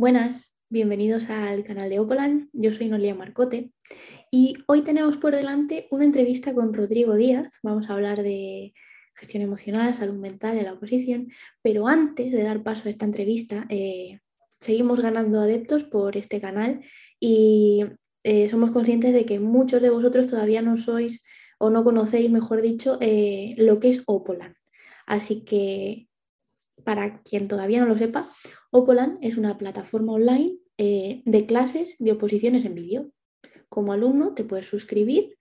Buenas, bienvenidos al canal de Opolan. Yo soy Noelia Marcote y hoy tenemos por delante una entrevista con Rodrigo Díaz. Vamos a hablar de gestión emocional, salud mental en la oposición, pero antes de dar paso a esta entrevista, seguimos ganando adeptos por este canal y somos conscientes de que muchos de vosotros todavía no sois o no conocéis, mejor dicho, lo que es Opolan. Así que para quien todavía no lo sepa, Opolan es una plataforma online de clases de oposiciones en vídeo. Como alumno te puedes suscribir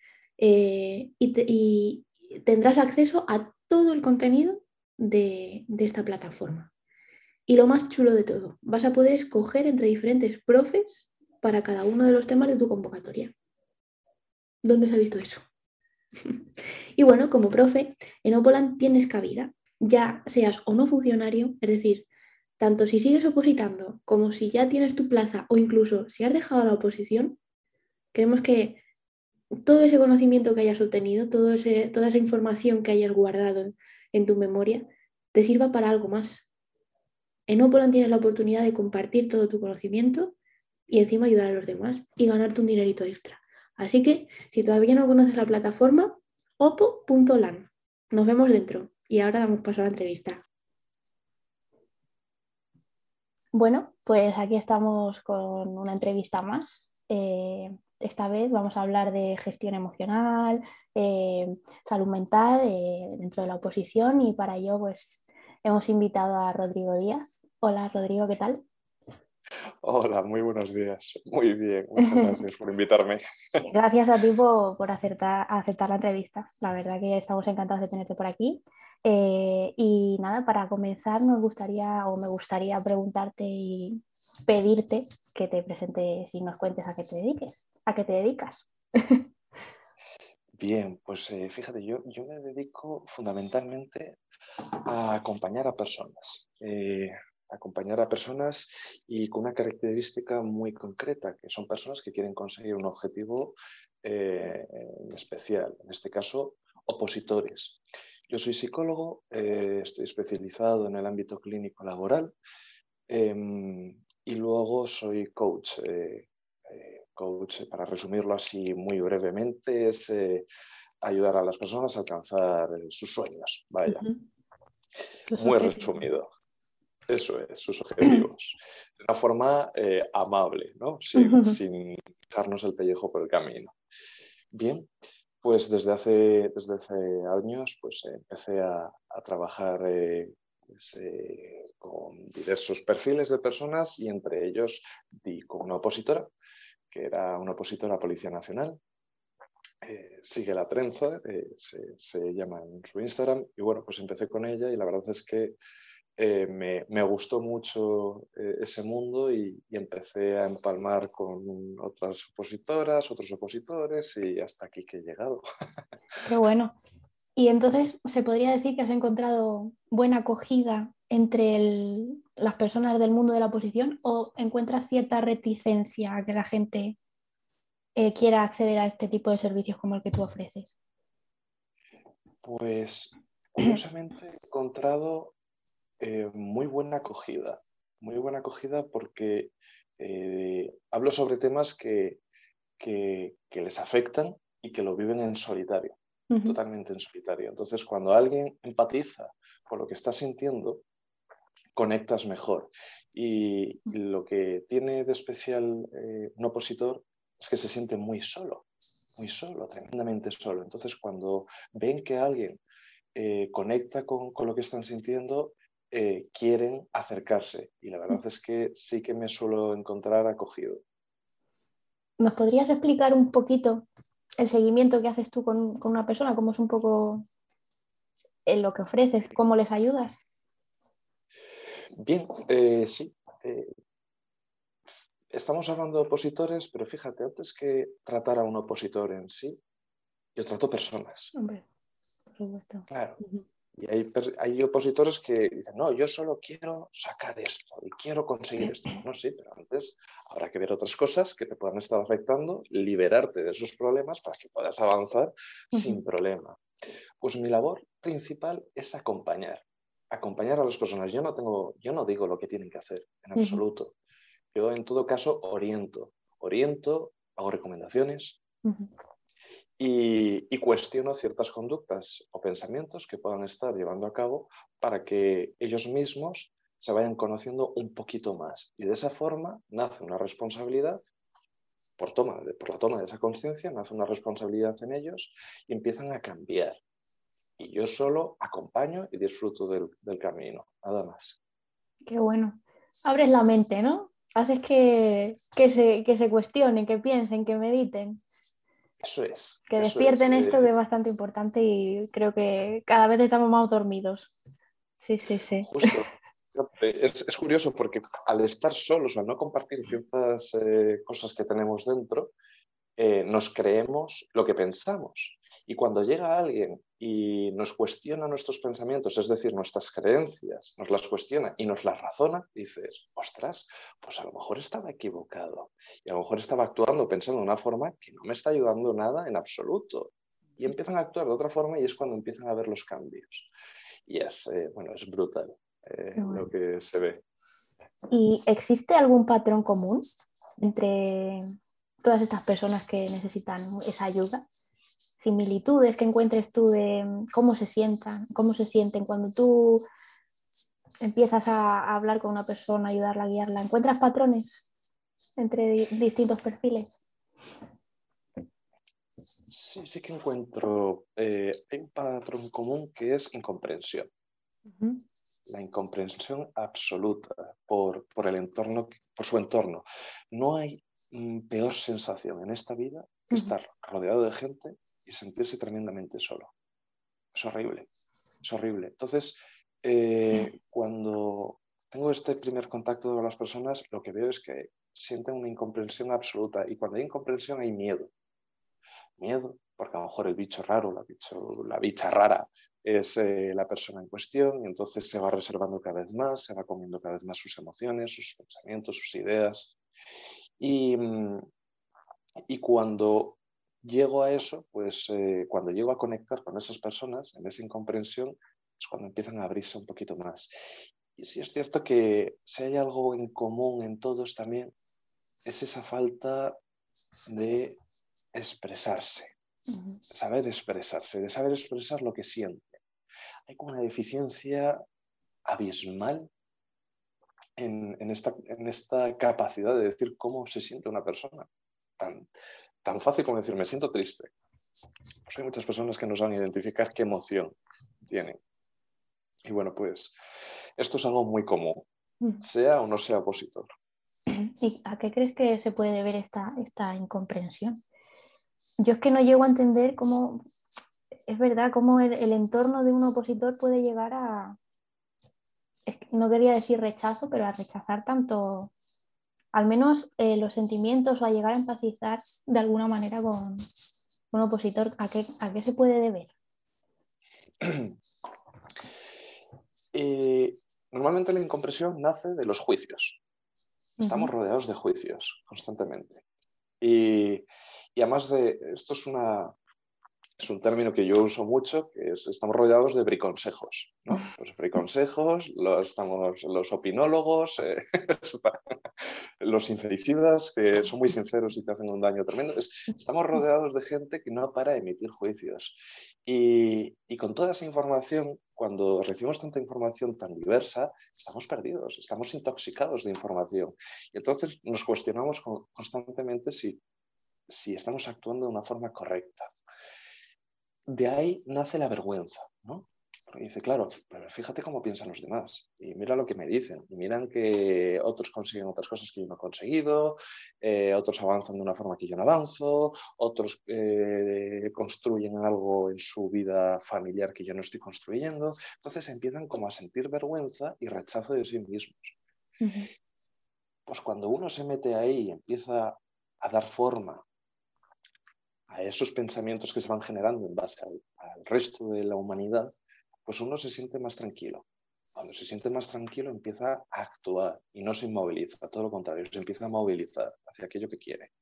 y tendrás acceso a todo el contenido de esta plataforma. Y lo más chulo de todo, vas a poder escoger entre diferentes profes para cada uno de los temas de tu convocatoria. ¿Dónde se ha visto eso? Y bueno, como profe, en Opolan tienes cabida, ya seas o no funcionario, es decir, tanto si sigues opositando como si ya tienes tu plaza o incluso si has dejado la oposición, queremos que todo ese conocimiento que hayas obtenido, toda esa información que hayas guardado en tu memoria, te sirva para algo más. En Opolan tienes la oportunidad de compartir todo tu conocimiento y encima ayudar a los demás y ganarte un dinerito extra. Así que, si todavía no conoces la plataforma, opo.lan. Nos vemos dentro y ahora damos paso a la entrevista. Bueno, pues aquí estamos con una entrevista más. Esta vez vamos a hablar de gestión emocional, salud mental dentro de la oposición y para ello pues hemos invitado a Rodrigo Díaz. Hola Rodrigo, ¿qué tal? Hola, muy buenos días. Muy bien, muchas gracias por invitarme. Gracias a ti por aceptar la entrevista. La verdad que estamos encantados de tenerte por aquí. Y nada, para comenzar me gustaría preguntarte y pedirte que te presentes y nos cuentes a qué te dedicas. Bien, pues fíjate, yo me dedico fundamentalmente a acompañar a personas. Acompañar a personas y con una característica muy concreta, que son personas que quieren conseguir un objetivo en especial, en este caso, opositores. Yo soy psicólogo, estoy especializado en el ámbito clínico laboral y luego soy coach. Coach, para resumirlo así muy brevemente, es ayudar a las personas a alcanzar sus sueños. Vaya, Tus muy objetivos. resumido. Eso es, sus objetivos. De una forma amable, ¿no? Sin dejarnos el pellejo por el camino. Bien, pues desde hace años pues, empecé a trabajar con diversos perfiles de personas y entre ellos di con una opositora, que era una opositora a Policía Nacional. Sigue la trenza, se llama en su Instagram, y bueno, pues empecé con ella y la verdad es que me gustó mucho ese mundo y empecé a empalmar con otras opositoras, otros opositores y hasta aquí que he llegado. Qué bueno. Y entonces se podría decir que has encontrado buena acogida entre las personas del mundo de la oposición o encuentras cierta reticencia a que la gente quiera acceder a este tipo de servicios como el que tú ofreces. Pues curiosamente he encontrado muy buena acogida porque hablo sobre temas que les afectan y que lo viven en solitario, Ujú. totalmente en solitario. Entonces, cuando alguien empatiza con lo que está sintiendo, conectas mejor. Y lo que tiene de especial un opositor es que se siente muy solo, tremendamente solo. Entonces, cuando ven que alguien conecta con lo que están sintiendo, quieren acercarse. Y la verdad es que sí que me suelo encontrar acogido. ¿Nos podrías explicar un poquito el seguimiento que haces tú con una persona? ¿Cómo es un poco lo que ofreces? ¿Cómo les ayudas? Bien, sí. Estamos hablando de opositores, pero fíjate, antes que tratar a un opositor en sí, yo trato personas. Hombre, por supuesto. Claro. Ujú. Y hay opositores que dicen, no, yo solo quiero sacar esto y quiero conseguir esto. Bueno, sí, pero antes habrá que ver otras cosas que te puedan estar afectando, liberarte de esos problemas para que puedas avanzar sin Ujú. problema. Pues mi labor principal es acompañar a las personas. Yo no digo lo que tienen que hacer en Ujú. absoluto. Yo en todo caso oriento, hago recomendaciones y cuestiono ciertas conductas o pensamientos que puedan estar llevando a cabo para que ellos mismos se vayan conociendo un poquito más. Y de esa forma nace una responsabilidad, por la toma de esa conciencia, nace una responsabilidad en ellos y empiezan a cambiar. Y yo solo acompaño y disfruto del camino, nada más. Qué bueno. Abres la mente, ¿no? Haces que se cuestionen, que piensen, que mediten, Eso es, que eso es. despierten esto, que es bastante importante y creo que cada vez estamos más dormidos. Sí, sí, sí. Justo. Es curioso porque al estar solos, al no compartir ciertas cosas que tenemos dentro, nos creemos lo que pensamos. Y cuando llega alguien y nos cuestiona nuestros pensamientos, es decir, nuestras creencias, nos las cuestiona y nos las razona, dices, ostras, pues a lo mejor estaba equivocado. Y a lo mejor estaba actuando pensando de una forma que no me está ayudando nada en absoluto. Y empiezan a actuar de otra forma y es cuando empiezan a ver los cambios. Y bueno, es brutal Qué lo bueno. que se ve. ¿Y existe algún patrón común entre todas estas personas que necesitan esa ayuda? Similitudes que encuentres tú de cómo se sientan, cómo se sienten cuando tú empiezas a hablar con una persona, ayudarla, guiarla. ¿Encuentras patrones entre distintos perfiles? Sí, sí que encuentro, hay un patrón común que es incomprensión. Uh-huh. La incomprensión absoluta por el entorno, por su entorno. No hay peor sensación en esta vida que Uh-huh. estar rodeado de gente y sentirse tremendamente solo. Es horrible, es horrible. Entonces, cuando tengo este primer contacto con las personas, lo que veo es que sienten una incomprensión absoluta y cuando hay incomprensión hay miedo. Miedo, porque a lo mejor el bicho raro, la bicha rara es la persona en cuestión y entonces se va reservando cada vez más, se va comiendo cada vez más sus emociones, sus pensamientos, sus ideas. Y, y cuando llego a eso, pues cuando llego a conectar con esas personas en esa incomprensión, es cuando empiezan a abrirse un poquito más. Y sí es cierto que si hay algo en común en todos también, es esa falta de expresarse, Uh-huh. de saber expresar lo que siente. Hay como una deficiencia abismal en esta capacidad de decir cómo se siente una persona. Tan fácil como decir, me siento triste. Pues hay muchas personas que no saben identificar qué emoción tienen. Y bueno, pues esto es algo muy común, Uh-huh. sea o no sea opositor. ¿Y a qué crees que se puede deber esta incomprensión? Yo es que no llego a entender cómo, es verdad, cómo el entorno de un opositor puede llegar a, no quería decir rechazo, pero a rechazar tanto, al menos los sentimientos o a llegar a empatizar de alguna manera con un opositor. A qué se puede deber? Y normalmente la incomprensión nace de los juicios. Estamos Uh-huh. rodeados de juicios constantemente. Y además de, esto es un término que yo uso mucho, que es, estamos rodeados de briconsejos, ¿no? Los briconsejos, los opinólogos, los sincericidas, que son muy sinceros y te hacen un daño tremendo. Estamos rodeados de gente que no para de emitir juicios. Y con toda esa información, cuando recibimos tanta información tan diversa, estamos perdidos, estamos intoxicados de información. Y entonces nos cuestionamos constantemente si estamos actuando de una forma correcta. De ahí nace la vergüenza, ¿no? Porque dice, claro, pero fíjate cómo piensan los demás y mira lo que me dicen y miran que otros consiguen otras cosas que yo no he conseguido, otros avanzan de una forma que yo no avanzo, otros construyen algo en su vida familiar que yo no estoy construyendo. Entonces empiezan como a sentir vergüenza y rechazo de sí mismos. Uh-huh. Pues cuando uno se mete ahí y empieza a dar forma a esos pensamientos que se van generando en base al resto de la humanidad, pues uno se siente más tranquilo. Cuando se siente más tranquilo empieza a actuar y no se inmoviliza, todo lo contrario, se empieza a movilizar hacia aquello que quiere.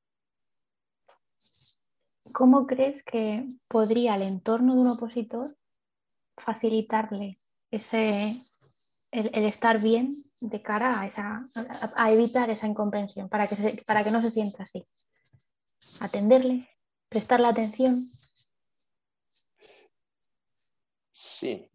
¿Cómo crees que podría el entorno de un opositor facilitarle ese, el estar bien de cara a evitar esa incomprensión, para que no se sienta así. Atenderle, prestarle atención. Sí.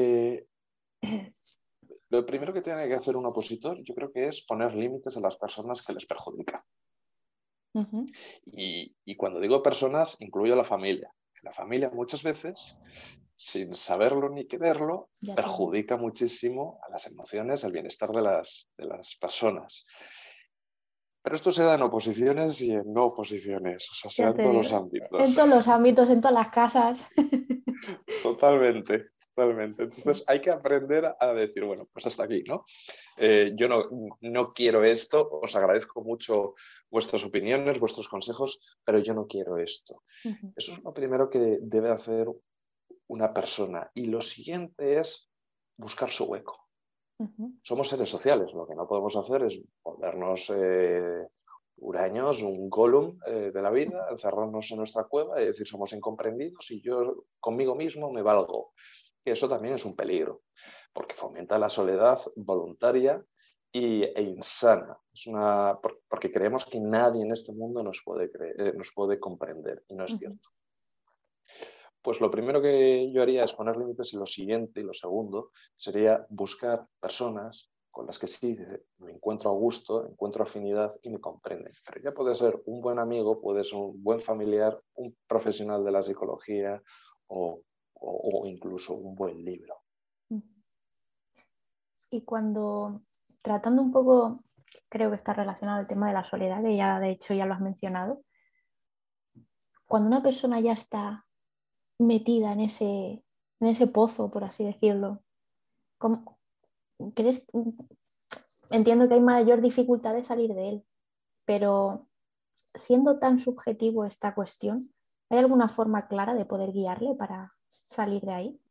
Lo primero que tiene que hacer un opositor, yo creo que es poner límites a las personas que les perjudican. Uh-huh. Y cuando digo personas, incluyo a la familia. La familia muchas veces, sin saberlo ni quererlo, Ya tiene. perjudica muchísimo a las emociones, al bienestar de las personas. Pero esto se da en oposiciones y en no oposiciones, o sea, se da Ya en te todos digo. los En ámbitos. todos los ámbitos, en todas las casas. Totalmente, totalmente. Sí. Entonces hay que aprender a decir, bueno, pues hasta aquí, ¿no? Yo no quiero esto, os agradezco mucho vuestras opiniones, vuestros consejos, pero yo no quiero esto. Uh-huh. Eso es lo primero que debe hacer una persona. Y lo siguiente es buscar su hueco. Uh-huh. Somos seres sociales, lo que no podemos hacer es volvernos huraños, un Gollum de la vida, encerrarnos en nuestra cueva y decir somos incomprendidos y yo conmigo mismo me valgo. Y eso también es un peligro, porque fomenta la soledad voluntaria e insana. Porque creemos que nadie en este mundo nos puede comprender, y no es Uh-huh. cierto. Pues lo primero que yo haría es poner límites y lo siguiente y lo segundo sería buscar personas con las que sí me encuentro a gusto, encuentro afinidad y me comprenden. Pero ya puede ser un buen amigo, puede ser un buen familiar, un profesional de la psicología o incluso un buen libro. Uh-huh. Y cuando, tratando un poco, creo que está relacionado al tema de la soledad, que ya de hecho ya lo has mencionado, cuando una persona ya está metida en ese pozo, por así decirlo, ¿cómo, crees? Entiendo que hay mayor dificultad de salir de él, pero siendo tan subjetivo esta cuestión, ¿hay alguna forma clara de poder guiarle para salir de ahí?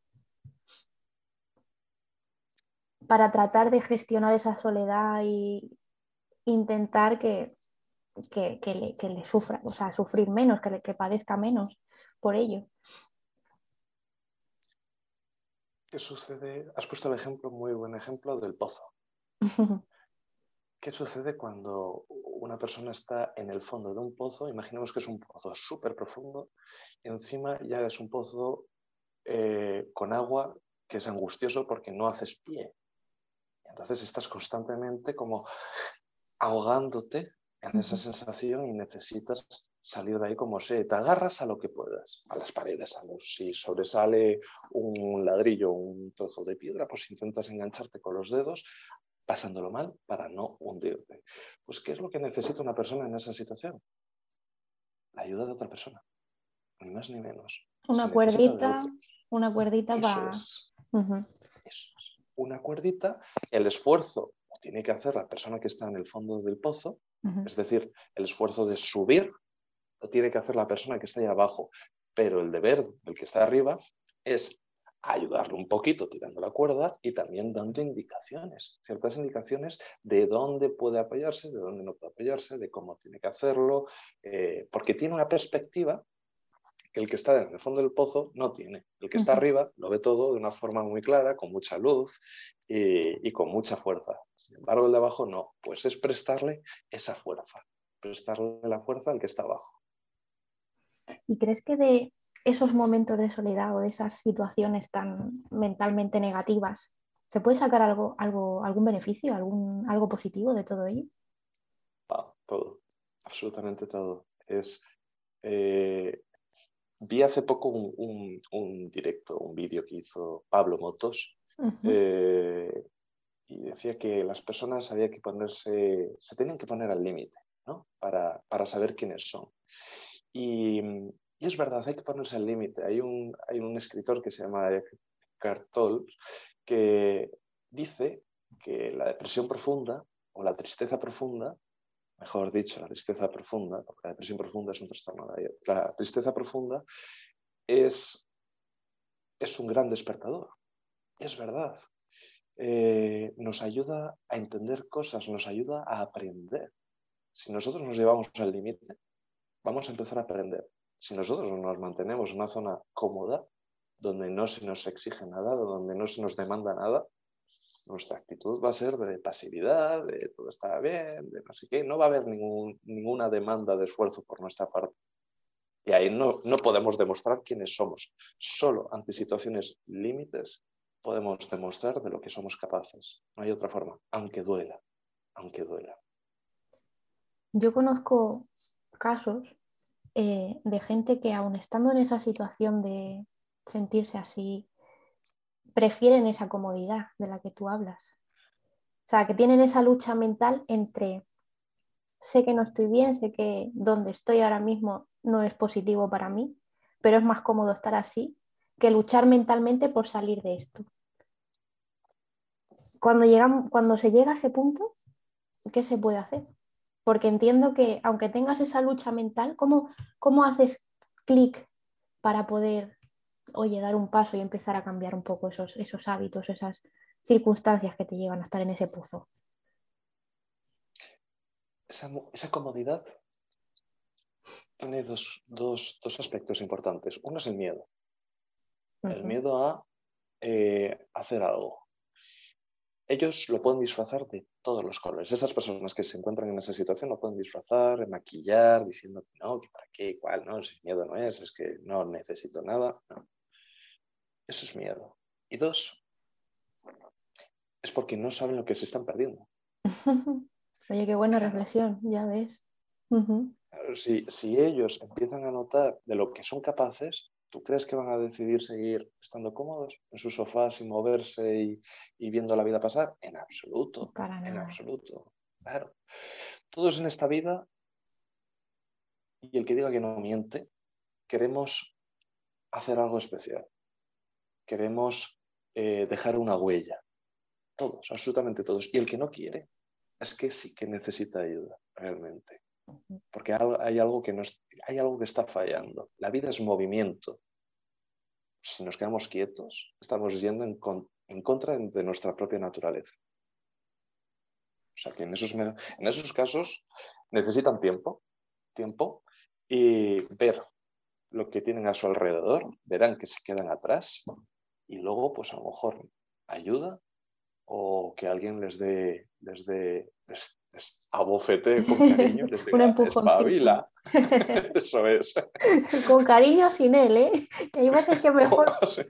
Para tratar de gestionar esa soledad e intentar que le sufra, o sea, sufrir menos, que padezca menos por ello. ¿Qué sucede? Has puesto el ejemplo, muy buen ejemplo, del pozo. ¿Qué sucede cuando una persona está en el fondo de un pozo? Imaginemos que es un pozo súper profundo y encima ya es un pozo con agua que es angustioso porque no haces pie. Entonces estás constantemente como ahogándote en esa sensación y necesitas salir de ahí como sé. Te agarras a lo que puedas, a las paredes, si sobresale un ladrillo, un trozo de piedra, pues intentas engancharte con los dedos, pasándolo mal para no hundirte. Pues ¿qué es lo que necesita una persona en esa situación? La ayuda de otra persona, ni más ni menos. Se necesita de otro. Una cuerdita Eso para... es. Eso es. Una cuerdita, el esfuerzo lo tiene que hacer la persona que está en el fondo del pozo, es decir, el esfuerzo de subir lo tiene que hacer la persona que está ahí abajo, pero el deber del que está arriba es ayudarle un poquito tirando la cuerda y también dando indicaciones, ciertas indicaciones de dónde puede apoyarse, de dónde no puede apoyarse, de cómo tiene que hacerlo, porque tiene una perspectiva que el que está en el fondo del pozo no tiene. El que está arriba lo ve todo de una forma muy clara, con mucha luz y con mucha fuerza. Sin embargo, el de abajo no. Pues es prestarle esa fuerza, prestarle la fuerza al que está abajo. ¿Y crees que de esos momentos de soledad o de esas situaciones tan mentalmente negativas, se puede sacar algún beneficio, algo positivo de todo ello? Todo, absolutamente todo. Eh, Vi hace poco un directo, un vídeo que hizo Pablo Motos, eh, y decía que las personas había que se tenían que poner al límite, ¿no? Para saber quiénes son. Y es verdad, hay que ponerse al límite. Hay un escritor que se llama Eckhart Tolle que dice que la depresión profunda o la tristeza profunda, mejor dicho, la tristeza profunda, porque la depresión profunda es un trastorno de la tristeza profunda es un gran despertador. Es verdad. Nos ayuda a entender cosas, nos ayuda a aprender. Si nosotros nos llevamos al límite, vamos a empezar a aprender. Si nosotros nos mantenemos en una zona cómoda, donde no se nos exige nada, donde no se nos demanda nada, Nuestra actitud va a ser de pasividad, de todo está bien, de no sé qué. No va a haber ninguna demanda de esfuerzo por nuestra parte. Y ahí no podemos demostrar quiénes somos. Solo ante situaciones límites podemos demostrar de lo que somos capaces. No hay otra forma, aunque duela, aunque duela. Yo conozco casos de gente que aun estando en esa situación de sentirse así, prefieren esa comodidad de la que tú hablas. O sea, que tienen esa lucha mental entre sé que no estoy bien, sé que donde estoy ahora mismo no es positivo para mí, pero es más cómodo estar así que luchar mentalmente por salir de esto. Cuando se llega a ese punto, ¿qué se puede hacer? Porque entiendo que aunque tengas esa lucha mental, ¿cómo haces clic para poder, oye, dar un paso y empezar a cambiar un poco esos hábitos, esas circunstancias que te llevan a estar en ese pozo? Esa comodidad tiene dos aspectos importantes. Uno es el miedo. El Uh-huh. miedo a hacer algo. Ellos lo pueden disfrazar de todos los colores. Esas personas que se encuentran en esa situación lo pueden disfrazar, maquillar, diciendo que no, que para qué, igual, no, si miedo no es que no necesito nada. No. Eso es miedo. Y dos, es porque no saben lo que se están perdiendo. Oye, qué buena Claro, reflexión, ya ves. Uh-huh. si ellos empiezan a notar de lo que son capaces, ¿tú crees que van a decidir seguir estando cómodos en su sofá sin moverse y viendo la vida pasar? En absoluto, Para en nada. absoluto. Claro. Todos en esta vida, y el que diga que no miente, queremos hacer algo especial. Queremos dejar una huella. Todos, absolutamente todos. Y el que no quiere es que sí que necesita ayuda, realmente. Porque hay algo hay algo que está fallando. La vida es movimiento. Si nos quedamos quietos, estamos yendo en contra de nuestra propia naturaleza. O sea que en esos casos necesitan tiempo y ver lo que tienen a su alrededor, verán que se quedan atrás y luego pues a lo mejor ayuda o que alguien les abofete con cariño, les Un diga, empujoncito. espabila. Eso es. Con cariño sin él, ¿eh? Que hay veces que mejor Sí.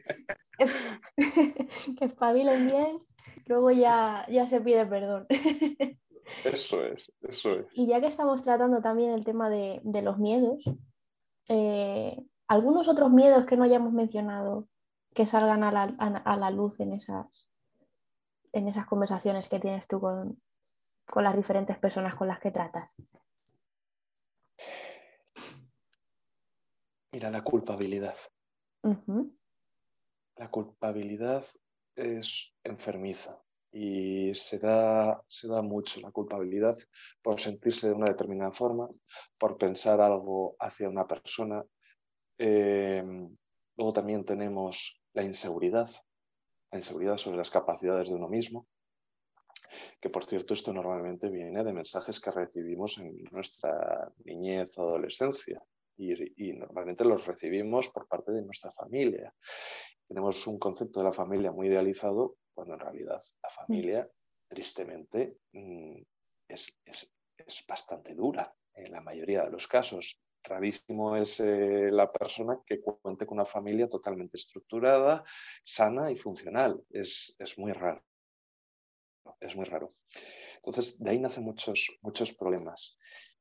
que espabilen bien, luego ya se pide perdón. Eso es, eso es. Y ya que estamos tratando también el tema de los miedos, algunos otros miedos que no hayamos mencionado que salgan a la luz en esas conversaciones que tienes tú con las diferentes personas con las que tratas. Mira, la culpabilidad. Uh-huh. La culpabilidad es enfermiza y se da mucho la culpabilidad por sentirse de una determinada forma, por pensar algo hacia una persona. Luego también tenemos la inseguridad sobre las capacidades de uno mismo, que por cierto esto normalmente viene de mensajes que recibimos en nuestra niñez o adolescencia y normalmente los recibimos por parte de nuestra familia. Tenemos un concepto de la familia muy idealizado cuando en realidad la familia, tristemente, es bastante dura en la mayoría de los casos. Rarísimo es la persona que cuente con una familia totalmente estructurada, sana y funcional. Es muy raro. Es muy raro. Entonces, de ahí nacen muchos problemas.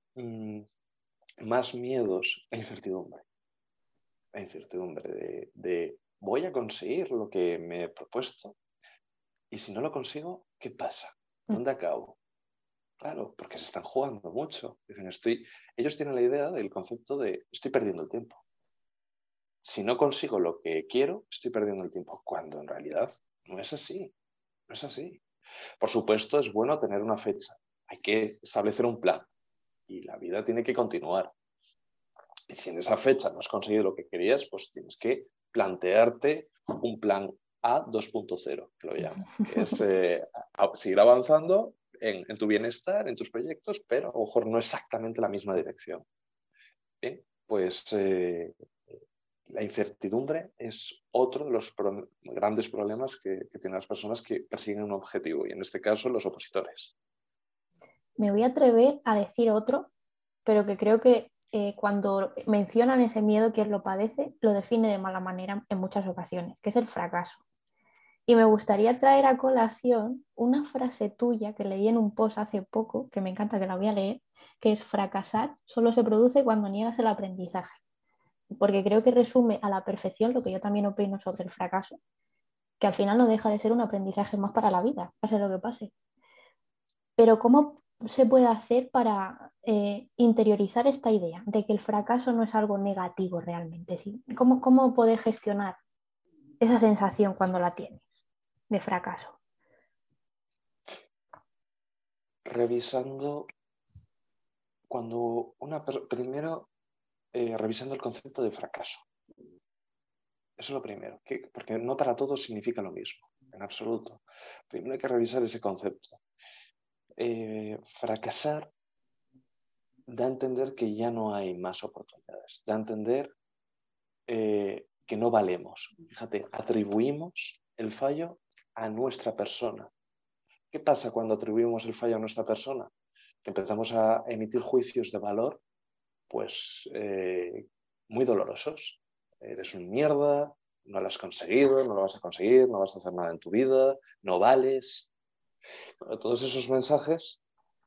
Más miedos e incertidumbre. La incertidumbre de voy a conseguir lo que me he propuesto y si no lo consigo, ¿qué pasa? ¿Dónde acabo? Claro, porque se están jugando mucho. Dicen, ellos tienen la idea del concepto de estoy perdiendo el tiempo. Si no consigo lo que quiero, estoy perdiendo el tiempo, cuando en realidad no es así. No es así. Por supuesto, es bueno tener una fecha. Hay que establecer un plan y la vida tiene que continuar. Y si en esa fecha no has conseguido lo que querías, pues tienes que plantearte un plan A 2.0, que lo llamo, que es seguir avanzando en tu bienestar, en tus proyectos, pero a lo mejor no exactamente la misma dirección. Bien, pues La incertidumbre es otro de los grandes problemas que tienen las personas que persiguen un objetivo, y en este caso los opositores. Me voy a atrever a decir otro, pero que creo que cuando mencionan ese miedo, quien lo padece, lo define de mala manera en muchas ocasiones, que es el fracaso. Y me gustaría traer a colación una frase tuya que leí en un post hace poco, que me encanta, que la voy a leer, que es: fracasar solo se produce cuando niegas el aprendizaje. Porque creo que resume a la perfección lo que yo también opino sobre el fracaso, que al final no deja de ser un aprendizaje más para la vida, pase lo que pase. Pero ¿cómo se puede hacer para interiorizar esta idea de que el fracaso no es algo negativo realmente? ¿Sí? ¿Cómo poder gestionar esa sensación cuando la tienes de fracaso? Revisando, primero, revisando el concepto de fracaso. Eso es lo primero, porque no para todos significa lo mismo, en absoluto. Primero hay que revisar ese concepto. Fracasar da a entender que ya no hay más oportunidades, da a entender que no valemos. Fíjate, atribuimos el fallo a nuestra persona. ¿Qué pasa cuando atribuimos el fallo a nuestra persona? Que empezamos a emitir juicios de valor, pues muy dolorosos. Eres un mierda, no lo has conseguido, no lo vas a conseguir, no vas a hacer nada en tu vida, no vales. Bueno, todos esos mensajes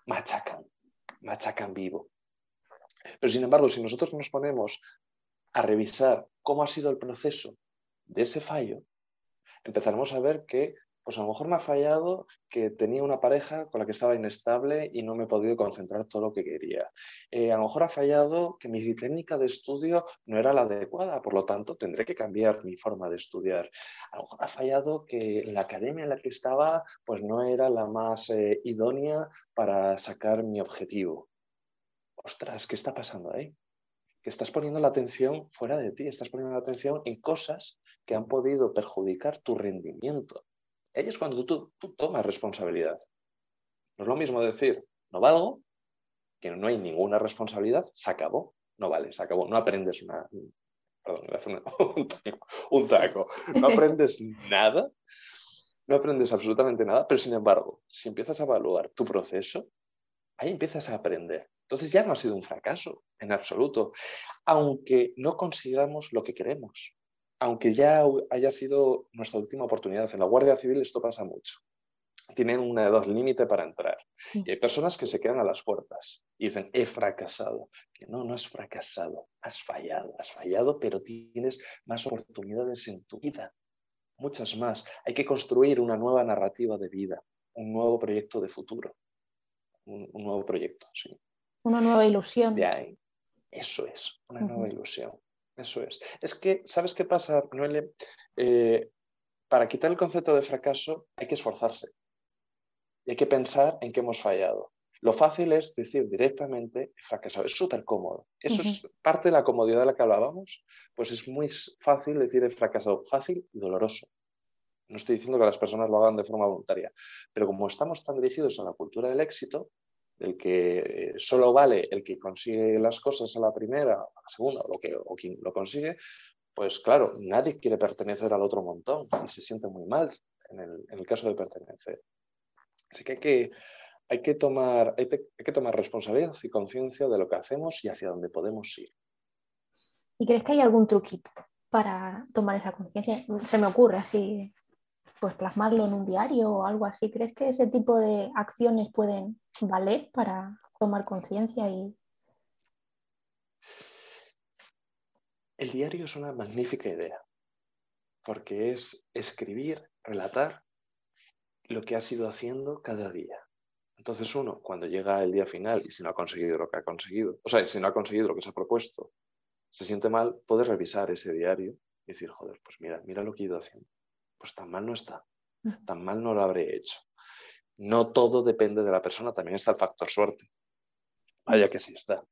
machacan vivo. Pero sin embargo, si nosotros nos ponemos a revisar cómo ha sido el proceso de ese fallo, empezaremos a ver que pues a lo mejor me ha fallado que tenía una pareja con la que estaba inestable y no me he podido concentrar todo lo que quería. A lo mejor ha fallado que mi técnica de estudio no era la adecuada, por lo tanto tendré que cambiar mi forma de estudiar. A lo mejor ha fallado que la academia en la que estaba pues no era la más idónea para sacar mi objetivo. Ostras, ¿qué está pasando ahí? Que estás poniendo la atención fuera de ti, estás poniendo la atención en cosas que han podido perjudicar tu rendimiento. Ahí es cuando tú tomas responsabilidad. No es lo mismo decir, no valgo, que no hay ninguna responsabilidad, se acabó, no vale, se acabó, no aprendes una... Perdón, un taco. No aprendes nada, no aprendes absolutamente nada, pero sin embargo, si empiezas a evaluar tu proceso, ahí empiezas a aprender. Entonces ya no ha sido un fracaso, en absoluto. Aunque no consigamos lo que queremos, aunque ya haya sido nuestra última oportunidad. En la Guardia Civil esto pasa mucho. Tienen una edad límite para entrar. Y hay personas que se quedan a las puertas y dicen, he fracasado. Que no, no has fracasado, has fallado, pero tienes más oportunidades en tu vida, muchas más. Hay que construir una nueva narrativa de vida, un nuevo proyecto de futuro, un nuevo proyecto, sí. Una nueva ilusión. De ahí. Eso es, una nueva ilusión. Eso es. Es que, ¿sabes qué pasa, Noelle? Para quitar el concepto de fracaso hay que esforzarse y hay que pensar en qué hemos fallado. Lo fácil es decir directamente fracasado. Es súper cómodo. Eso es parte de la comodidad de la que hablábamos. Pues es muy fácil decir fracasado. Fácil y doloroso. No estoy diciendo que las personas lo hagan de forma voluntaria, pero como estamos tan dirigidos a la cultura del éxito, del que solo vale el que consigue las cosas a la primera, a la segunda o quien lo consigue, pues claro, nadie quiere pertenecer al otro montón y se siente muy mal en el caso de pertenecer. Así que hay que tomar responsabilidad y conciencia de lo que hacemos y hacia dónde podemos ir. ¿Y crees que hay algún truquito para tomar esa conciencia? Se me ocurre así, pues plasmarlo en un diario o algo así. ¿Crees que ese tipo de acciones pueden valer para tomar conciencia? El diario es una magnífica idea, porque es escribir, relatar lo que has ido haciendo cada día. Entonces uno, cuando llega el día final y si no ha conseguido lo que ha conseguido, o sea, si no ha conseguido lo que se ha propuesto, se siente mal, puede revisar ese diario y decir, joder, pues mira lo que he ido haciendo. Pues tan mal no está, tan mal no lo habré hecho. No todo depende de la persona, también está el factor suerte. Vaya que sí está.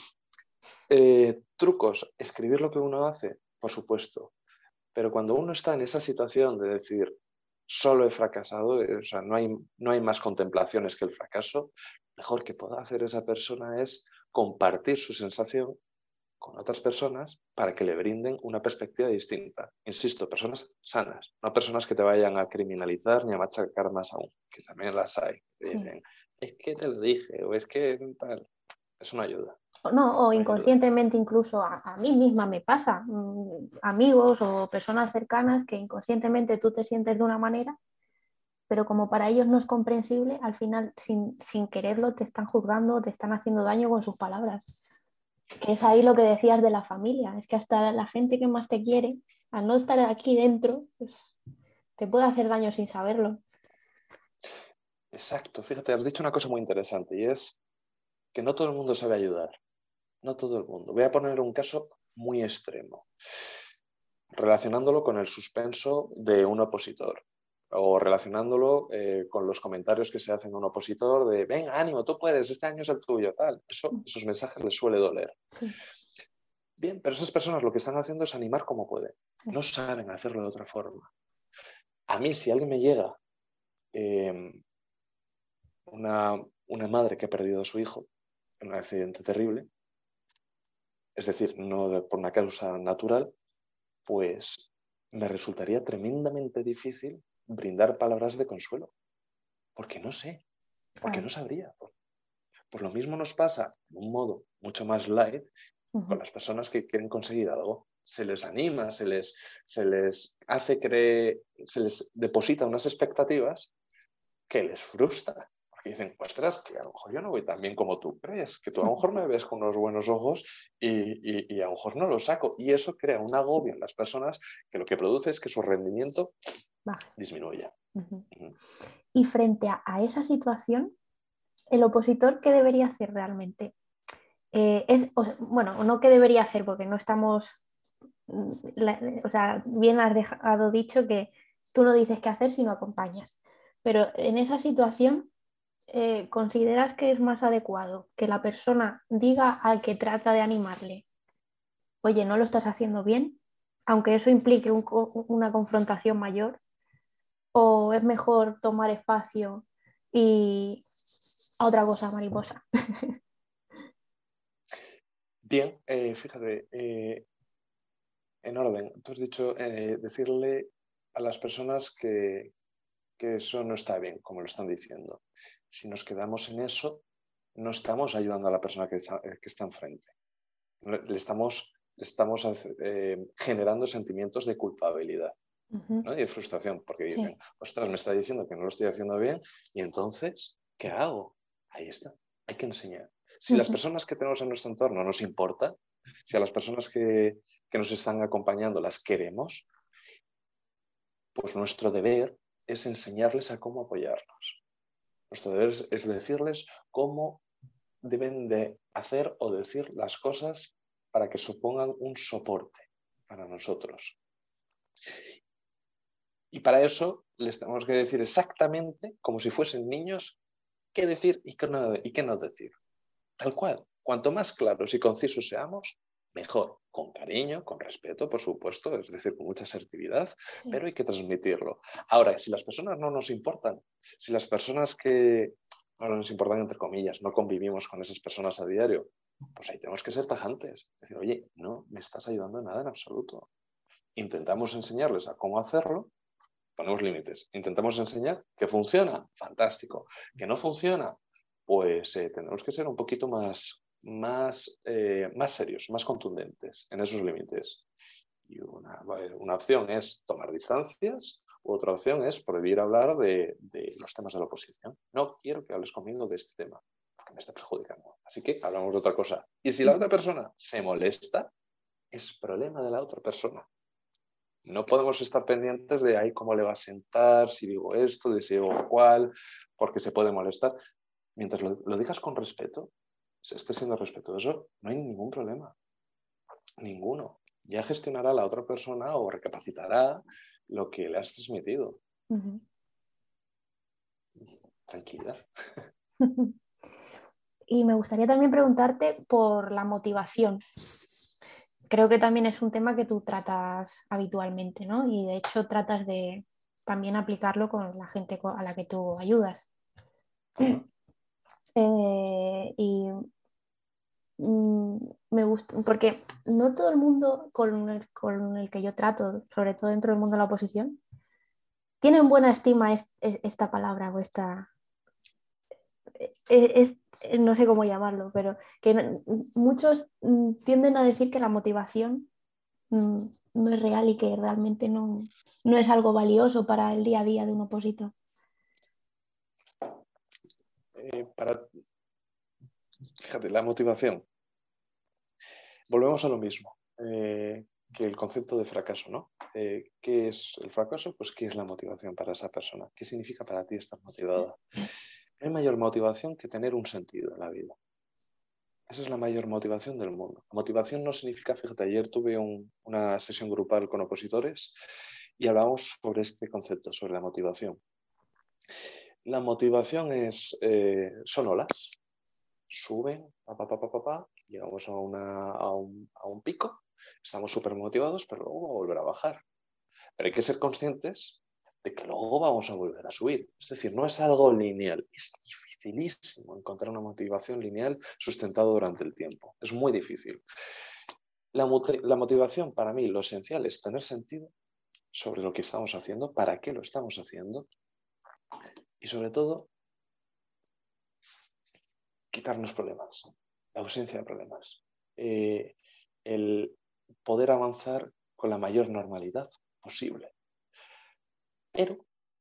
Trucos, escribir lo que uno hace, por supuesto. Pero cuando uno está en esa situación de decir, solo he fracasado, o sea, no hay más contemplaciones que el fracaso, lo mejor que pueda hacer esa persona es compartir su sensación con otras personas para que le brinden una perspectiva distinta. Insisto, personas sanas, no personas que te vayan a criminalizar ni a machacar más aún, que también las hay. Que Sí. dicen, es que te lo dije, o es que tal. Eso no ayuda. No, o No ayuda. inconscientemente incluso a mí misma me pasa, amigos o personas cercanas que inconscientemente tú te sientes de una manera, pero como para ellos no es comprensible, al final sin quererlo te están juzgando, te están haciendo daño con sus palabras. Que es ahí lo que decías de la familia, es que hasta la gente que más te quiere, al no estar aquí dentro, pues, te puede hacer daño sin saberlo. Exacto. Fíjate, has dicho una cosa muy interesante y es que no todo el mundo sabe ayudar. No todo el mundo. Voy a poner un caso muy extremo, relacionándolo con el suspenso de un opositor o relacionándolo con los comentarios que se hacen a un opositor de venga, ánimo, tú puedes, este año es el tuyo, tal. Esos mensajes les suele doler. Sí. Bien, pero esas personas lo que están haciendo es animar como pueden. No saben hacerlo de otra forma. A mí, si alguien me llega, eh, una madre que ha perdido a su hijo en un accidente terrible, es decir, no por una causa natural, pues me resultaría tremendamente difícil brindar palabras de consuelo, porque no sé, porque Claro. no sabría. Pues lo mismo nos pasa de un modo mucho más light con las personas que quieren conseguir algo. Se les anima, se les hace creer, se les deposita unas expectativas que les frustra. Porque dicen, ostras, que a lo mejor yo no voy tan bien como tú crees, que tú a lo mejor me ves con unos buenos ojos y a lo mejor no lo saco. Y eso crea un agobio en las personas que lo que produce es que su rendimiento Baja. disminuya. Y frente a esa situación, el opositor, ¿qué debería hacer realmente? Bueno, no qué debería hacer, porque no estamos, o sea, bien has dejado dicho que tú no dices qué hacer, sino acompañas. Pero en esa situación, ¿consideras que es más adecuado que la persona diga al que trata de animarle, oye, no lo estás haciendo bien, aunque eso implique una confrontación mayor? ¿O es mejor tomar espacio y a otra cosa, mariposa? Bien, fíjate, en orden, tú has dicho decirle a las personas que eso no está bien, como lo están diciendo. Si nos quedamos en eso, no estamos ayudando a la persona que está enfrente. Le estamos generando sentimientos de culpabilidad, Ujú. ¿no? Y de frustración, porque dicen, Sí. ostras, me está diciendo que no lo estoy haciendo bien, y entonces, ¿qué hago? Ahí está, hay que enseñar. Si las Ujú. personas que tenemos en nuestro entorno nos importa, si a las personas que nos están acompañando las queremos, pues nuestro deber es enseñarles a cómo apoyarnos. Nuestro deber es decirles cómo deben de hacer o decir las cosas para que supongan un soporte para nosotros. Y para eso les tenemos que decir exactamente, como si fuesen niños, qué decir y qué no decir. Tal cual. Cuanto más claros y concisos seamos, mejor. Con cariño, con respeto, por supuesto, es decir, con mucha asertividad, Sí. pero hay que transmitirlo. Ahora, si las personas no nos importan, si las personas que no nos importan, entre comillas, no convivimos con esas personas a diario, pues ahí tenemos que ser tajantes. Decir, oye, no me estás ayudando en nada en absoluto. Intentamos enseñarles a cómo hacerlo, ponemos límites. Intentamos enseñar que funciona, fantástico. Que no funciona, pues tendremos que ser un poquito más serios, más contundentes en esos límites. Y una opción es tomar distancias, otra opción es prohibir hablar de los temas de la oposición. No quiero que hables conmigo de este tema, porque me está perjudicando. Así que hablamos de otra cosa. Y si la otra persona se molesta, es problema de la otra persona. No podemos estar pendientes de ahí cómo le va a sentar, si digo esto, de si digo cuál, porque se puede molestar. Mientras lo digas con respeto, se esté siendo respetuoso, no hay ningún problema. Ninguno. Ya gestionará la otra persona o recapacitará lo que le has transmitido. Ujú. Tranquilidad. Y me gustaría también preguntarte por la motivación. Creo que también es un tema que tú tratas habitualmente, ¿no? Y de hecho tratas de también aplicarlo con la gente a la que tú ayudas. Ajá. Y me gusta, porque no todo el mundo con el que yo trato, sobre todo dentro del mundo de la oposición, tiene en buena estima esta palabra o esta, no sé cómo llamarlo, pero que muchos tienden a decir que la motivación no es real y que realmente no es algo valioso para el día a día de un opositor. Fíjate, la motivación. Volvemos a lo mismo, que el concepto de fracaso, ¿no? ¿Qué es el fracaso? Pues ¿qué es la motivación para esa persona? ¿Qué significa para ti estar motivada? No hay mayor motivación que tener un sentido en la vida. Esa es la mayor motivación del mundo. Motivación no significa, fíjate, ayer tuve una sesión grupal con opositores y hablamos sobre este concepto, sobre la motivación. La motivación son olas, suben, llegamos a un pico, estamos súper motivados, pero luego va a volver a bajar. Pero hay que ser conscientes de que luego vamos a volver a subir. Es decir, no es algo lineal, es dificilísimo encontrar una motivación lineal sustentada durante el tiempo. Es muy difícil. La motivación, para mí, lo esencial es tener sentido sobre lo que estamos haciendo, para qué lo estamos haciendo y, sobre todo, quitarnos problemas, la ausencia de problemas. El poder avanzar con la mayor normalidad posible, pero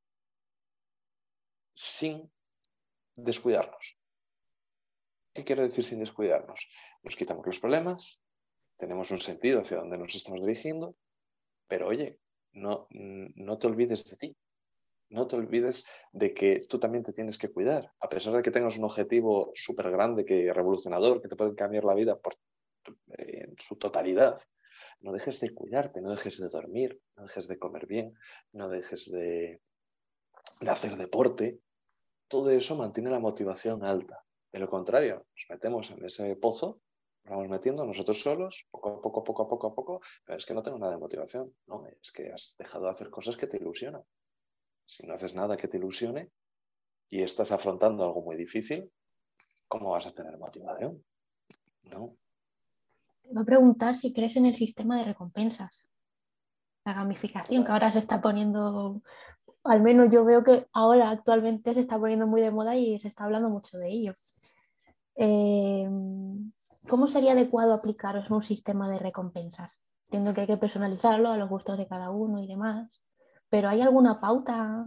sin descuidarnos. ¿Qué quiero decir sin descuidarnos? Nos quitamos los problemas, tenemos un sentido hacia dónde nos estamos dirigiendo, pero oye, no te olvides de ti. No te olvides de que tú también te tienes que cuidar. A pesar de que tengas un objetivo súper grande, revolucionador, que te puede cambiar la vida en su totalidad, no dejes de cuidarte, no dejes de dormir, no dejes de comer bien, no dejes de hacer deporte. Todo eso mantiene la motivación alta. De lo contrario, nos metemos en ese pozo, nos vamos metiendo nosotros solos, poco a poco, pero es que no tengo nada de motivación. No, es que has dejado de hacer cosas que te ilusionan. Si no haces nada que te ilusione y estás afrontando algo muy difícil, ¿cómo vas a tener motivación? No. Te voy a preguntar si crees en el sistema de recompensas, la gamificación, que ahora se está poniendo, al menos yo veo que ahora actualmente se está poniendo muy de moda y se está hablando mucho de ello. Eh, ¿Cómo sería adecuado aplicaros un sistema de recompensas? Entiendo que hay que personalizarlo a los gustos de cada uno y demás, pero ¿hay alguna pauta?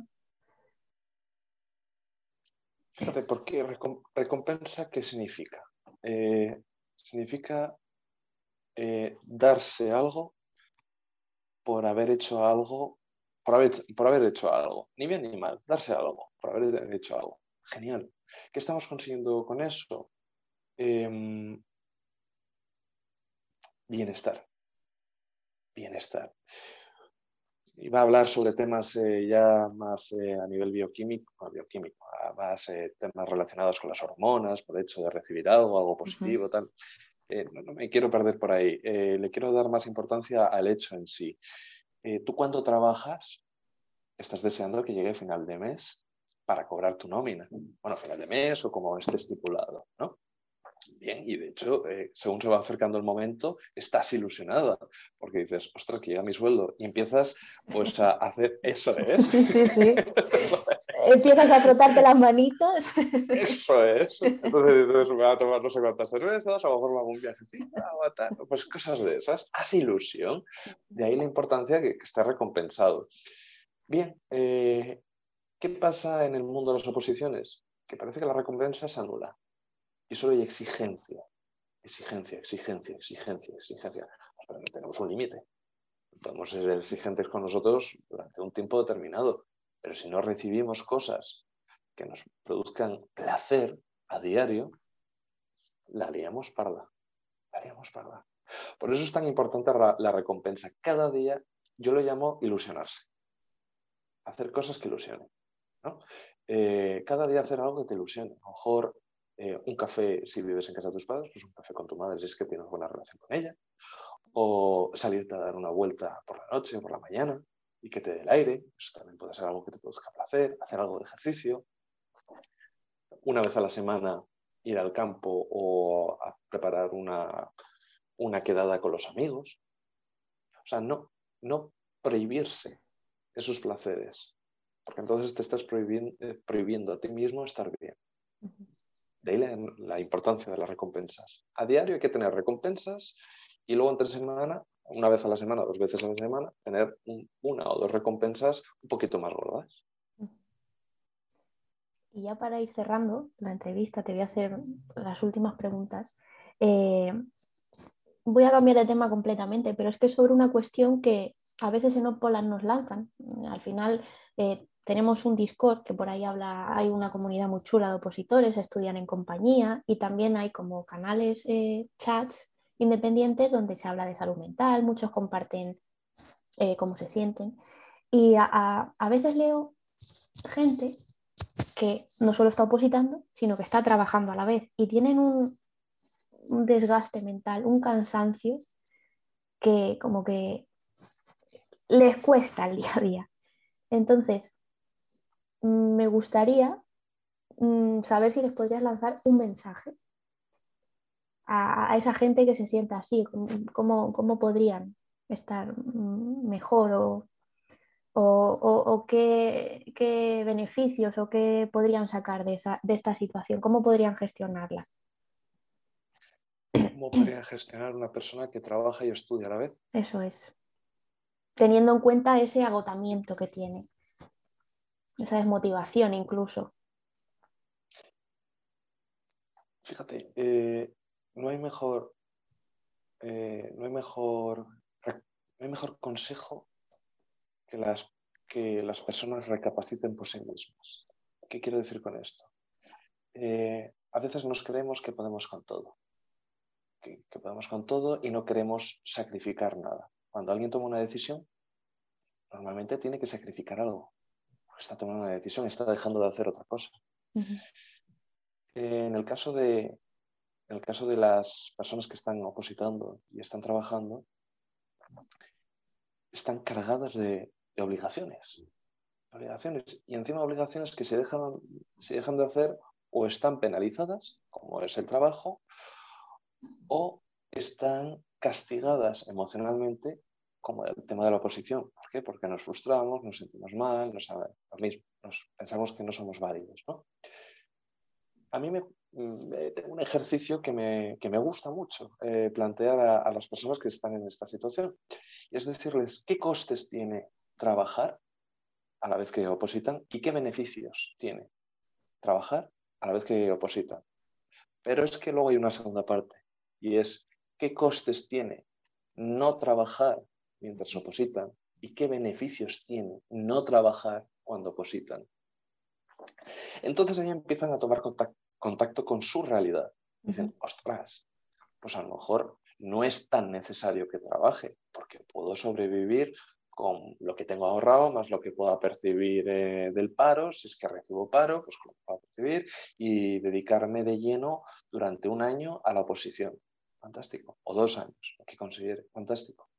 Fíjate, ¿por qué recompensa qué significa? Significa darse algo por haber hecho algo, por haber hecho algo, ni bien ni mal, darse algo, por haber hecho algo. Genial. ¿Qué estamos consiguiendo con eso? Bienestar. Bienestar. Iba a hablar sobre temas ya más a nivel bioquímico, más temas relacionados con las hormonas, por el hecho de recibir algo positivo, tal. No me quiero perder por ahí. Le quiero dar más importancia al hecho en sí. Tú cuando trabajas estás deseando que llegue final de mes para cobrar tu nómina. Bueno, final de mes o como esté estipulado, ¿no? Bien, y de hecho, según se va acercando el momento, estás ilusionada, porque dices, ostras, que llega mi sueldo, y empiezas pues a hacer, eso es. Sí, sí, sí. Empiezas a frotarte las manitos. Eso es. Entonces me voy a tomar no sé cuántas cervezas, a lo mejor me hago un viajecito, pues cosas de esas. Hace ilusión. De ahí la importancia que esté recompensado. Bien, ¿qué pasa en el mundo de las oposiciones? Que parece que la recompensa se anula y solo hay exigencia. Exigencia. Pero no tenemos un límite. Podemos ser exigentes con nosotros durante un tiempo determinado, pero si no recibimos cosas que nos produzcan placer a diario, la liamos parda. Por eso es tan importante la recompensa. Cada día yo lo llamo ilusionarse. Hacer cosas que ilusionen, ¿no? Cada día hacer algo que te ilusione. A lo mejor un café si vives en casa de tus padres, pues un café con tu madre si es que tienes buena relación con ella. O salirte a dar una vuelta por la noche o por la mañana y que te dé el aire. Eso también puede ser algo que te produzca placer. Hacer algo de ejercicio. Una vez a la semana ir al campo o a preparar una quedada con los amigos. O sea, no prohibirse esos placeres, porque entonces te estás prohibiendo a ti mismo estar bien. De ahí la importancia de las recompensas. A diario hay que tener recompensas y luego entre semana, una vez a la semana, 2 veces a la semana, tener una o 2 recompensas un poquito más gordas. Y ya para ir cerrando la entrevista, te voy a hacer las últimas preguntas. Voy a cambiar de tema completamente, pero es que es sobre una cuestión que a veces en Opolan nos lanzan. Al final tenemos un Discord que por ahí hay una comunidad muy chula de opositores, estudian en compañía y también hay como canales, chats independientes donde se habla de salud mental, muchos comparten cómo se sienten. Y a veces leo gente que no solo está opositando, sino que está trabajando a la vez y tienen un desgaste mental, un cansancio que como que les cuesta el día a día. Entonces, me gustaría saber si les podrías lanzar un mensaje a esa gente que se sienta así, cómo podrían estar mejor o qué beneficios o qué podrían sacar de esta situación, cómo podrían gestionarla. ¿Cómo podría gestionar una persona que trabaja y estudia a la vez? Eso es, teniendo en cuenta ese agotamiento que tiene, esa desmotivación incluso. Fíjate, no hay mejor, no hay mejor, no hay mejor consejo que las personas recapaciten por sí mismas. ¿Qué quiero decir con esto? A veces nos creemos que podemos con todo, que podemos con todo y no queremos sacrificar nada. Cuando alguien toma una decisión, normalmente tiene que sacrificar algo. Está tomando una decisión, está dejando de hacer otra cosa. Uh-huh. En el caso de las personas que están opositando y están trabajando, están cargadas de obligaciones. Y encima obligaciones que se dejan de hacer o están penalizadas, como es el trabajo, o están castigadas emocionalmente, como el tema de la oposición. ¿Por qué? Porque nos frustramos, nos sentimos mal, pensamos que no somos válidos, ¿no? A mí tengo un ejercicio que me gusta mucho plantear a las personas que están en esta situación. Y es decirles qué costes tiene trabajar a la vez que opositan y qué beneficios tiene trabajar a la vez que opositan. Pero es que luego hay una segunda parte y es qué costes tiene no trabajar mientras opositan y qué beneficios tiene no trabajar cuando opositan. Entonces ahí empiezan a tomar contacto con su realidad. Dicen, ostras, pues a lo mejor no es tan necesario que trabaje, porque puedo sobrevivir con lo que tengo ahorrado, más lo que pueda percibir del paro, si es que recibo paro, pues lo puedo percibir, y dedicarme de lleno durante 1 año a la oposición. Fantástico. O 2 años, lo que considere. Fantástico.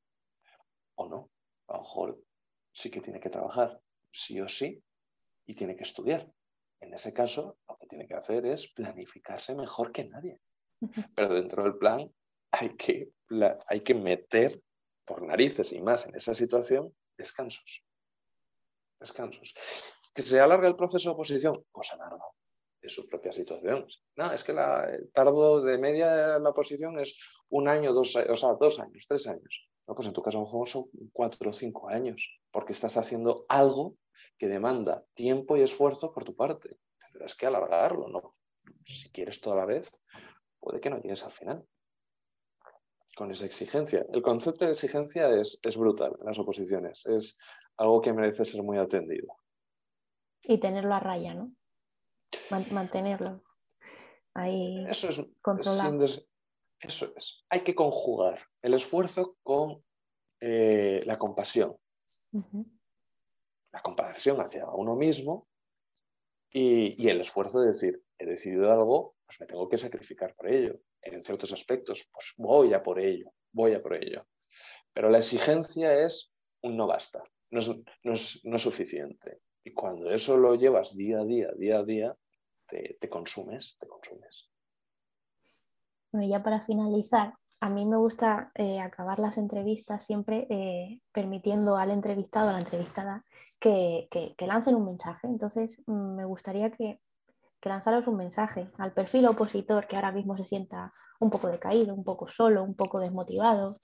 O no. A lo mejor sí que tiene que trabajar, sí o sí, y tiene que estudiar. En ese caso, lo que tiene que hacer es planificarse mejor que nadie. Pero dentro del plan hay que meter por narices y más en esa situación descansos. Descansos. ¿Que se alarga el proceso de oposición? Pues alarga. Es su propia situación. No, es que el tardo de media la oposición es 1 año, 2 años, o sea, 2 años, 3 años. No, pues en tu caso a lo mejor son 4 o 5 años, porque estás haciendo algo que demanda tiempo y esfuerzo por tu parte. Tendrás que alargarlo, ¿no? Si quieres toda la vez, puede que no llegues al final. Con esa exigencia. El concepto de exigencia es brutal en las oposiciones. Es algo que merece ser muy atendido. Y tenerlo a raya, ¿no? Mantenerlo ahí Eso controlado. eso es. Hay que conjugar el esfuerzo con la compasión. Uh-huh. La compasión hacia uno mismo y el esfuerzo de decir, he decidido algo, pues me tengo que sacrificar por ello. En ciertos aspectos, pues voy a por ello, voy a por ello. Pero la exigencia es un no basta, no es suficiente. Y cuando eso lo llevas día a día, te consumes, te consumes. Bueno, ya para finalizar, a mí me gusta acabar las entrevistas siempre permitiendo al entrevistado o a la entrevistada que lancen un mensaje. Entonces, me gustaría que lanzaros un mensaje al perfil opositor que ahora mismo se sienta un poco decaído, un poco solo, un poco desmotivado.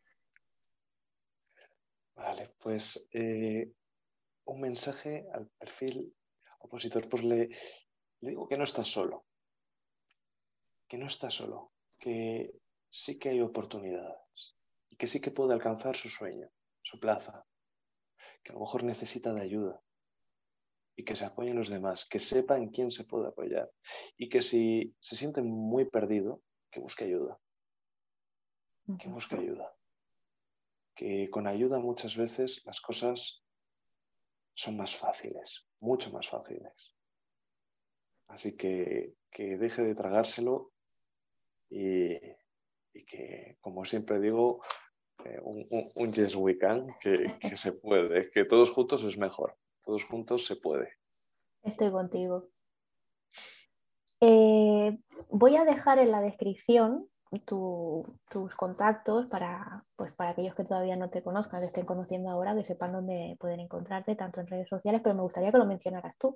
Vale, pues un mensaje al perfil opositor, pues le digo que no está solo, que no está solo, que sí que hay oportunidades y que sí que puede alcanzar su sueño, su plaza, que a lo mejor necesita de ayuda y que se apoyen los demás, que sepa en quién se puede apoyar y que si se siente muy perdido, que busque ayuda, que busque ayuda, que con ayuda muchas veces las cosas son más fáciles, mucho más fáciles. Así que deje de tragárselo y, y que, como siempre digo, un yes we can, que se puede, que todos juntos es mejor, todos juntos se puede. Estoy contigo. Voy a dejar en la descripción tus contactos pues para aquellos que todavía no te conozcan, te estén conociendo ahora, que sepan dónde pueden encontrarte, tanto en redes sociales, pero me gustaría que lo mencionaras tú.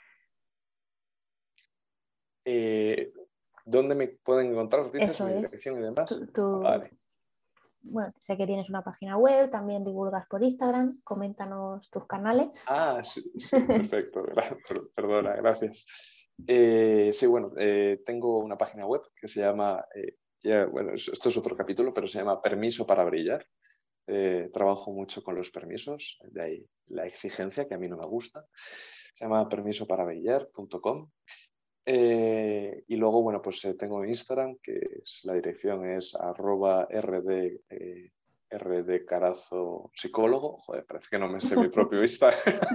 ¿Dónde me pueden encontrar? Dices Eso mi es. dirección y demás. Tú, tú, Vale. bueno, sé que tienes una página web, también divulgas por Instagram, coméntanos tus canales. Ah, sí, sí, perfecto. Perdona, gracias. Sí, bueno, tengo una página web que se llama, bueno, esto es otro capítulo, pero se llama Permiso para Brillar. Trabajo mucho con los permisos, de ahí la exigencia, que a mí no me gusta. Se llama permisoparabrillar.com. Y luego, bueno, pues tengo Instagram, la dirección es @rd psicólogo. Joder, parece que no me sé mi propio Instagram.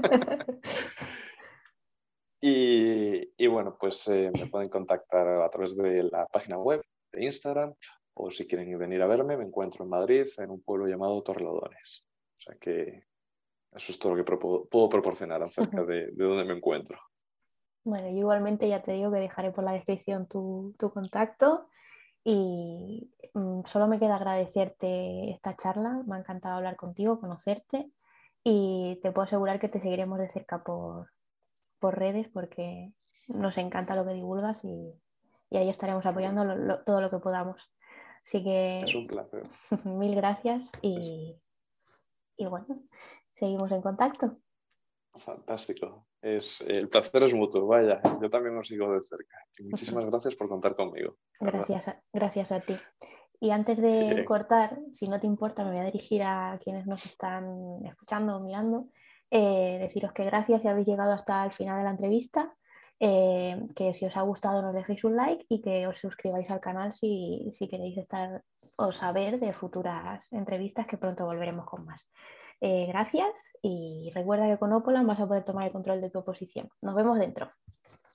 Y bueno, pues me pueden contactar a través de la página web de Instagram o si quieren venir a verme, me encuentro en Madrid, en un pueblo llamado Torrelodones. O sea que eso es todo lo que puedo proporcionar acerca de dónde me encuentro. Bueno, yo igualmente ya te digo que dejaré por la descripción tu contacto y solo me queda agradecerte esta charla. Me ha encantado hablar contigo, conocerte y te puedo asegurar que te seguiremos de cerca por redes porque nos encanta lo que divulgas y ahí estaremos apoyando todo lo que podamos. Así Es que un placer. mil gracias Es y bueno, seguimos en contacto. fantástico. El placer es mutuo, vaya. Yo también lo sigo de cerca. Y muchísimas gracias por contar conmigo, la verdad. Gracias a ti. Y antes de Bien. cortar, si no te importa, me voy a dirigir a quienes nos están escuchando o mirando. Deciros que gracias si habéis llegado hasta el final de la entrevista, que si os ha gustado nos dejéis un like y que os suscribáis al canal si queréis estar o saber de futuras entrevistas que pronto volveremos con más. Gracias y recuerda que con Opolan vas a poder tomar el control de tu oposición. Nos vemos dentro.